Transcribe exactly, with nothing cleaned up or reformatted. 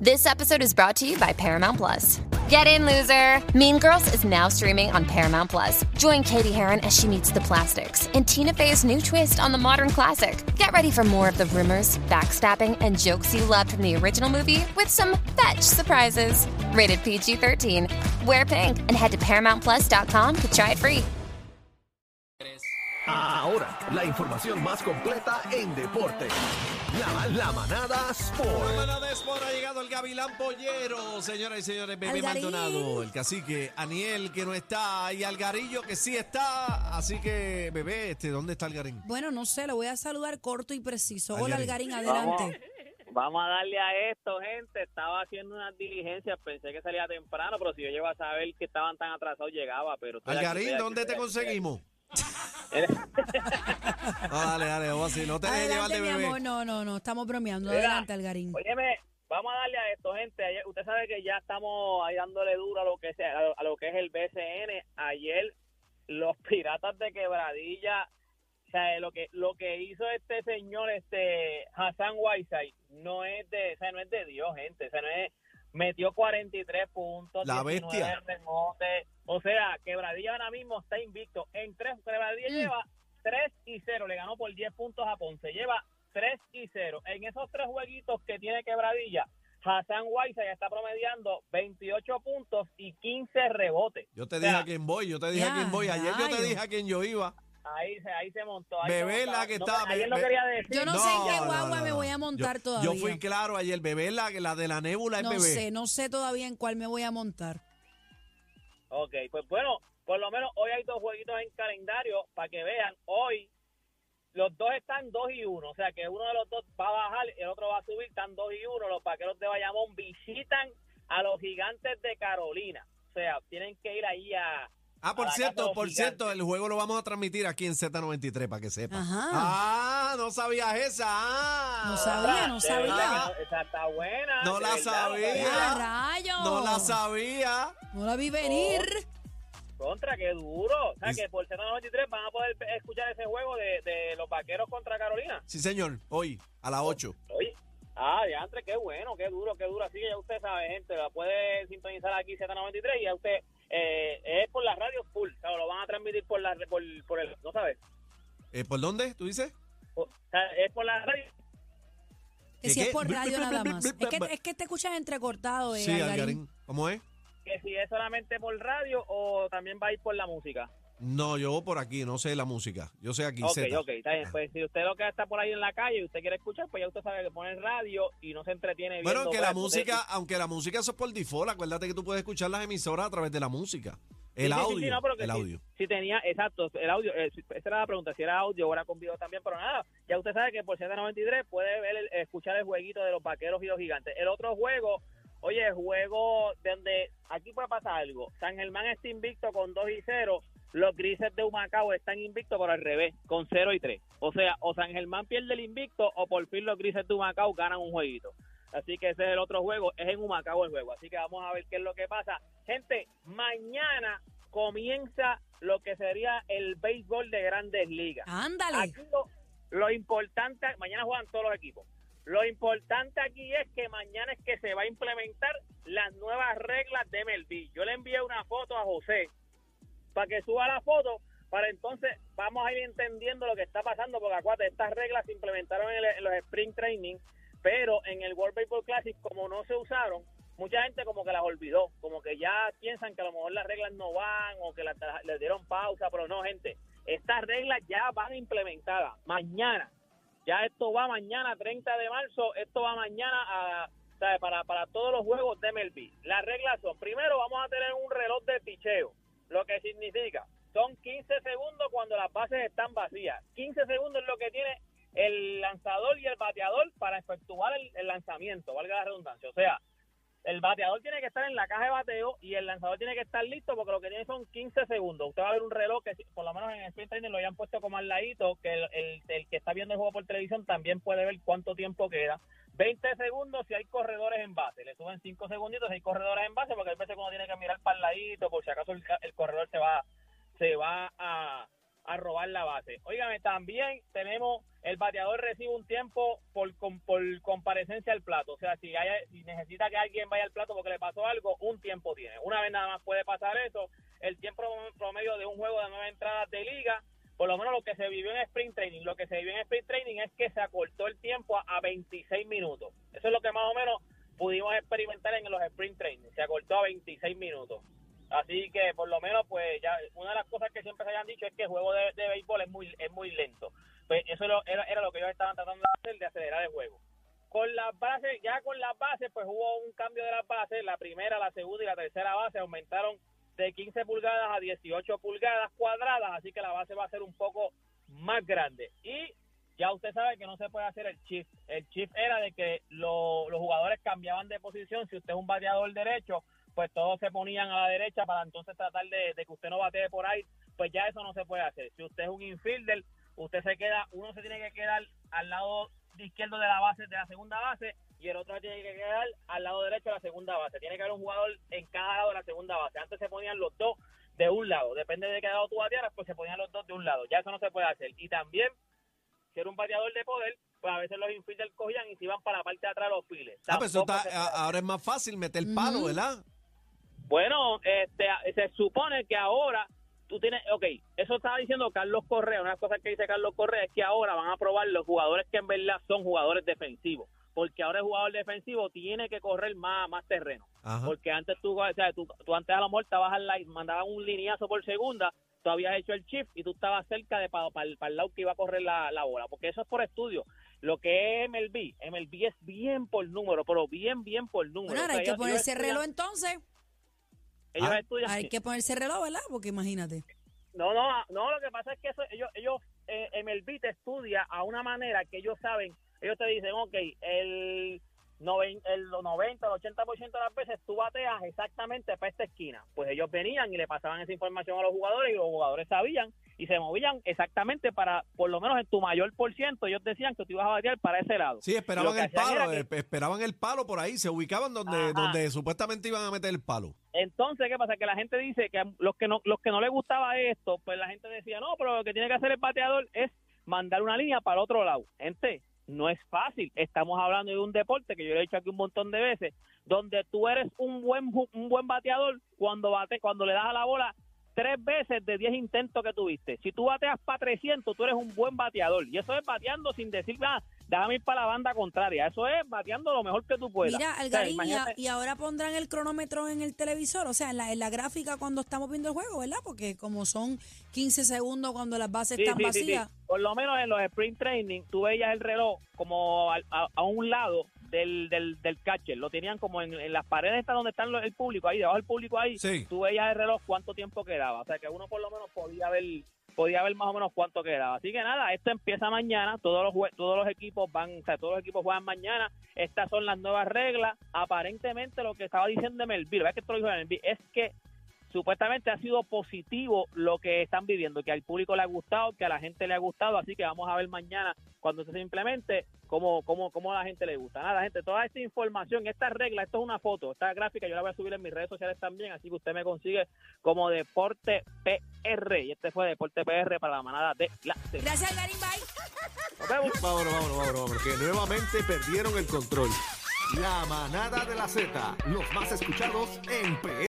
This episode is brought to you by Paramount Plus. Get in, loser! Mean Girls is now streaming on Paramount Plus. Join Katie Heron as she meets the plastics in Tina Fey's new twist on the modern classic. Get ready for more of the rumors, backstabbing, and jokes you loved from the original movie with some fetch surprises. Rated P G thirteen. Wear pink and head to paramount plus dot com to try it free. Ahora, la información más completa en deporte. La, la Manada Sport. La Manada Sport ha llegado el Gavilán Pollero. Señoras y señores, Bebé Algarín. Maldonado, el cacique, Aniel, que no está, y Algarillo, que sí está. Así que, Bebé, este, ¿dónde está Algarín? Bueno, no sé, lo voy a saludar corto y preciso. Hola, Algarín. Algarín, adelante. Vamos a darle a esto, gente. Estaba haciendo unas diligencias, pensé que salía temprano, pero si yo llego a saber que estaban tan atrasados, llegaba. Pero estoy aquí, Algarín, estoy aquí, ¿dónde te estoy aquí. conseguimos? No, dale, dale, vamos así, no te dejes llevar Adelante, de mi Bebé. amor. No, no, no, estamos bromeando. Mira, Adelante, Algarín. Óyeme, vamos a darle a esto, gente. Ayer, usted sabe que ya estamos ahí dándole duro a lo que sea, a lo, a lo que es el B C N. Ayer los Piratas de Quebradilla, o sea, lo que lo que hizo este señor, este Hassan Whiteside, no es de, o sea, no es de Dios, gente. O sea, no es, metió cuarenta y tres puntos, La diecinueve bestia. rebotes. O sea, Quebradilla ahora mismo está invicto. En tres, Quebradilla Mm. lleva tres y cero. Le ganó por diez puntos a Ponce. Lleva tres y cero. En esos tres jueguitos que tiene Quebradilla, Hassan Whiteside ya está promediando veintiocho puntos y quince rebotes. Yo te O dije sea, a quién voy, yo te dije a Ya, quién voy. Ayer yo te rayos. dije a quién yo iba. Ahí se, ahí se montó. Ahí Bebé se es la montaba. que No, está- Ayer no be- quería decir. Yo no, sé en qué guagua me voy a montar yo, todavía. Yo fui claro ayer, Bebé, la, la de la nébula es No Bebé. sé, no sé todavía en cuál me voy a montar. Ok, pues bueno, por lo menos hoy hay dos jueguitos en calendario para que vean. Hoy los dos están dos y uno, o sea que uno de los dos va a bajar y el otro va a subir, están dos y uno. Los Vaqueros de Bayamón visitan a los Gigantes de Carolina. O sea, tienen que ir ahí a... Ah, por a la casa de cierto, los por Gigantes. cierto, el juego lo vamos a transmitir aquí en Z noventa y tres para que sepa. Ajá. Ah, no sabías esa. Ah. No sabía, no De sabía. verdad que Esa está buena. No de la verdad, sabía. de ¡Ya, verdad. rayos! No la sabía. No la vi venir. Contra, qué duro. O sea Es- que por Z noventa y tres van a poder escuchar ese juego de, de los Vaqueros contra Carolina. Sí, señor. Hoy, a las ocho. Oye, ah, diantre, qué bueno, qué duro, qué duro. Así que ya usted sabe, gente, la puede sintonizar aquí Z noventa y tres y ya usted eh, es por la radio full, o sea, lo van a transmitir por la por, por el, ¿no sabes? Eh, ¿Por dónde, tú dices? O sea, es por la radio. Que ¿Qué, si es qué? por radio nada más. Es que, Sí, es que te escuchas entrecortado, eh, Sí, Algarín. Algarín. ¿Cómo es? Que si es solamente por radio o también va a ir por la música. No, yo voy por aquí, no sé la música. Yo sé aquí, Ok, Z. ok, está bien. Pues si usted lo que está por ahí en la calle y usted quiere escuchar, pues ya usted sabe que pone radio y no se entretiene Bueno, viendo, aunque la pues, música, aunque la música eso es por default, acuérdate que tú puedes escuchar las emisoras a través de la música. El Sí, sí, sí, audio, sí, no, pero que el sí- audio. Si tenía, exacto, el audio, eh, si- esa era la pregunta, si era audio o era con video también, pero nada, ya usted sabe que por Z noventa y tres puede ver, el- escuchar el jueguito de los Vaqueros y los Gigantes. El otro juego, oye, el juego donde aquí puede pasar algo. San Germán está invicto con dos y cero, los Grises de Humacao están invictos, pero al revés, con cero y tres. O sea, o San Germán pierde el invicto o por fin los Grises de Humacao ganan un jueguito. Así que ese es el otro juego, es en Humacao el juego. Así que vamos a ver qué es lo que pasa. Gente, mañana comienza lo que sería el béisbol de Grandes Ligas. Ándale. Aquí lo, lo importante, mañana juegan todos los equipos. Lo importante aquí es que mañana es que se va a implementar las nuevas reglas de M L B. Yo le envié una foto a José para que suba la foto, para entonces vamos a ir entendiendo lo que está pasando, porque acuérdate, estas reglas se implementaron en, el- en los Spring Training, pero en el World Baseball Classic, como no se usaron, mucha gente como que las olvidó, como que ya piensan que a lo mejor las reglas no van o que las- les dieron pausa, pero no, gente, estas reglas ya van implementadas mañana. Ya esto va mañana, treinta de marzo, esto va mañana a, ¿sabe? Para, para todos los juegos de M L B. Las reglas son, primero vamos a tener un reloj de picheo, lo que significa, son quince segundos cuando las bases están vacías. quince segundos es lo que tiene el lanzador y el bateador para efectuar el, el lanzamiento, valga la redundancia. O sea, el bateador tiene que estar en la caja de bateo y el lanzador tiene que estar listo, porque lo que tiene son quince segundos. Usted va a ver un reloj que, por lo menos en el sprint training lo hayan puesto como al ladito, que el, el, el que está viendo el juego por televisión también puede ver cuánto tiempo queda. veinte segundos si hay corredores en base. Le suben cinco segunditos si hay corredores en base, porque a veces uno tiene que mirar para el ladito por si acaso el, el corredor se va se va a, a robar la base. Óigame, también tenemos el bateador recibe un tiempo por, por, por comparecencia al plato. O sea, si, hay, si necesita que alguien vaya al plato porque le pasó algo, un tiempo tiene. Una vez nada más puede pasar eso. El tiempo promedio de un juego de nueve entradas de liga, por lo menos lo que se vivió en Sprint Training, lo que se vivió en Sprint Training es que se acortó el tiempo a, a veintiséis minutos. Eso es lo que más o menos pudimos experimentar en los Sprint Training. Se acortó a veintiséis minutos. Así que por lo menos pues ya una de las cosas que siempre se hayan dicho es que el juego de, de béisbol es muy es muy lento. Pues eso lo, era, era lo que ellos estaban tratando de hacer, de acelerar el juego. Con las bases, ya con las bases pues hubo un cambio de las bases, la primera, la segunda y la tercera base aumentaron de quince pulgadas a dieciocho pulgadas cuadradas, así que la base va a ser un poco más grande. Y ya usted sabe que no se puede hacer el shift. El shift era de que lo, los jugadores cambiaban de posición. Si usted es un bateador derecho, pues todos se ponían a la derecha para entonces tratar de, de que usted no batee por ahí, pues ya eso no se puede hacer. Si usted es un infielder, usted se queda, uno se tiene que quedar al lado izquierdo de la base, de la segunda base, y el otro se tiene que quedar al lado derecho de la segunda base. Tiene que haber un jugador en cada lado de la segunda base. Antes se ponían los dos de un lado, depende de qué lado tú batearas, pues se ponían los dos de un lado. Ya eso no se puede hacer. Y también, si era un bateador de poder, pues a veces los infielders cogían y se iban para la parte de atrás de los files. Ah, pero eso está, ahora es más fácil meter el palo, ¿verdad? Bueno, este, se supone que ahora tú tienes, ok, eso estaba diciendo Carlos Correa, una de las cosas que dice Carlos Correa es que ahora van a probar los jugadores que en verdad son jugadores defensivos, porque ahora el jugador defensivo tiene que correr más, más terreno. Ajá. Porque antes tú, o sea, tú, tú antes a lo mejor estabas al lado, mandaban un lineazo por segunda, tú habías hecho el shift y tú estabas cerca de para, para, para el lado que iba a correr la, la bola, porque eso es por estudio. Lo que es M L B, M L B es bien por número, pero bien, bien por número. Bueno, ahora o sea, hay que ellos, ponerse ellos reloj entonces. Ellos ah, estudian. Hay que ponerse reloj, ¿verdad? Porque imagínate. No, no, no, lo que pasa es que eso, ellos, ellos eh, M L B te estudia a una manera que ellos saben, ellos te dicen, ok, el, noven, el noventa, el ochenta por ciento de las veces tú bateas exactamente para esta esquina. Pues ellos venían y le pasaban esa información a los jugadores y los jugadores sabían y se movían exactamente para, por lo menos en tu mayor por ciento, ellos decían que tú ibas a batear para ese lado. Sí, esperaban el palo, que, esperaban el palo por ahí, se ubicaban donde, donde supuestamente iban a meter el palo. Entonces, ¿qué pasa? Que la gente dice que los que no los que no les gustaba esto, pues la gente decía, no, pero lo que tiene que hacer el bateador es mandar una línea para el otro lado. Gente, no es fácil. Estamos hablando de un deporte que yo le he dicho aquí un montón de veces, donde tú eres un buen un buen bateador cuando bate, cuando le das a la bola tres veces de diez intentos que tuviste. Si tú bateas para trescientos, tú eres un buen bateador. Y eso es bateando sin decir, ah, déjame ir para la banda contraria. Eso es bateando lo mejor que tú puedas. Mira, Algarín, o sea, y ahora pondrán el cronómetro en el televisor, o sea, en la, en la gráfica cuando estamos viendo el juego, ¿verdad? Porque como son quince segundos cuando las bases sí, están sí, vacías. Sí, sí. Por lo menos en los sprint training, tú veías el reloj como a, a, a un lado del, del, del catcher. Lo tenían como en, en las paredes estas donde están los, el público, ahí debajo del público ahí. Sí. Tú veías el reloj cuánto tiempo quedaba. O sea, que uno por lo menos podía ver podía ver más o menos cuánto quedaba. Así que nada, esto empieza mañana, todos los todos los equipos van, o sea, todos los equipos juegan mañana. Estas son las nuevas reglas. Aparentemente lo que estaba diciendo Melville, ¿ves que esto lo dijo Melville? Es que supuestamente ha sido positivo lo que están viviendo, que al público le ha gustado, que a la gente le ha gustado, así que vamos a ver mañana cuando se implemente cómo, cómo, cómo a la gente le gusta. Nada, gente, toda esta información, esta regla, esto es una foto, esta gráfica yo la voy a subir en mis redes sociales también, así que usted me consigue como Deporte P R, y este fue Deporte P R para la manada de la Z. Gracias, Algarín, bye. Nos vemos. Vámonos, vámonos, vámonos, vámonos, que nuevamente perdieron el control. La manada de la Z, los más escuchados en P R.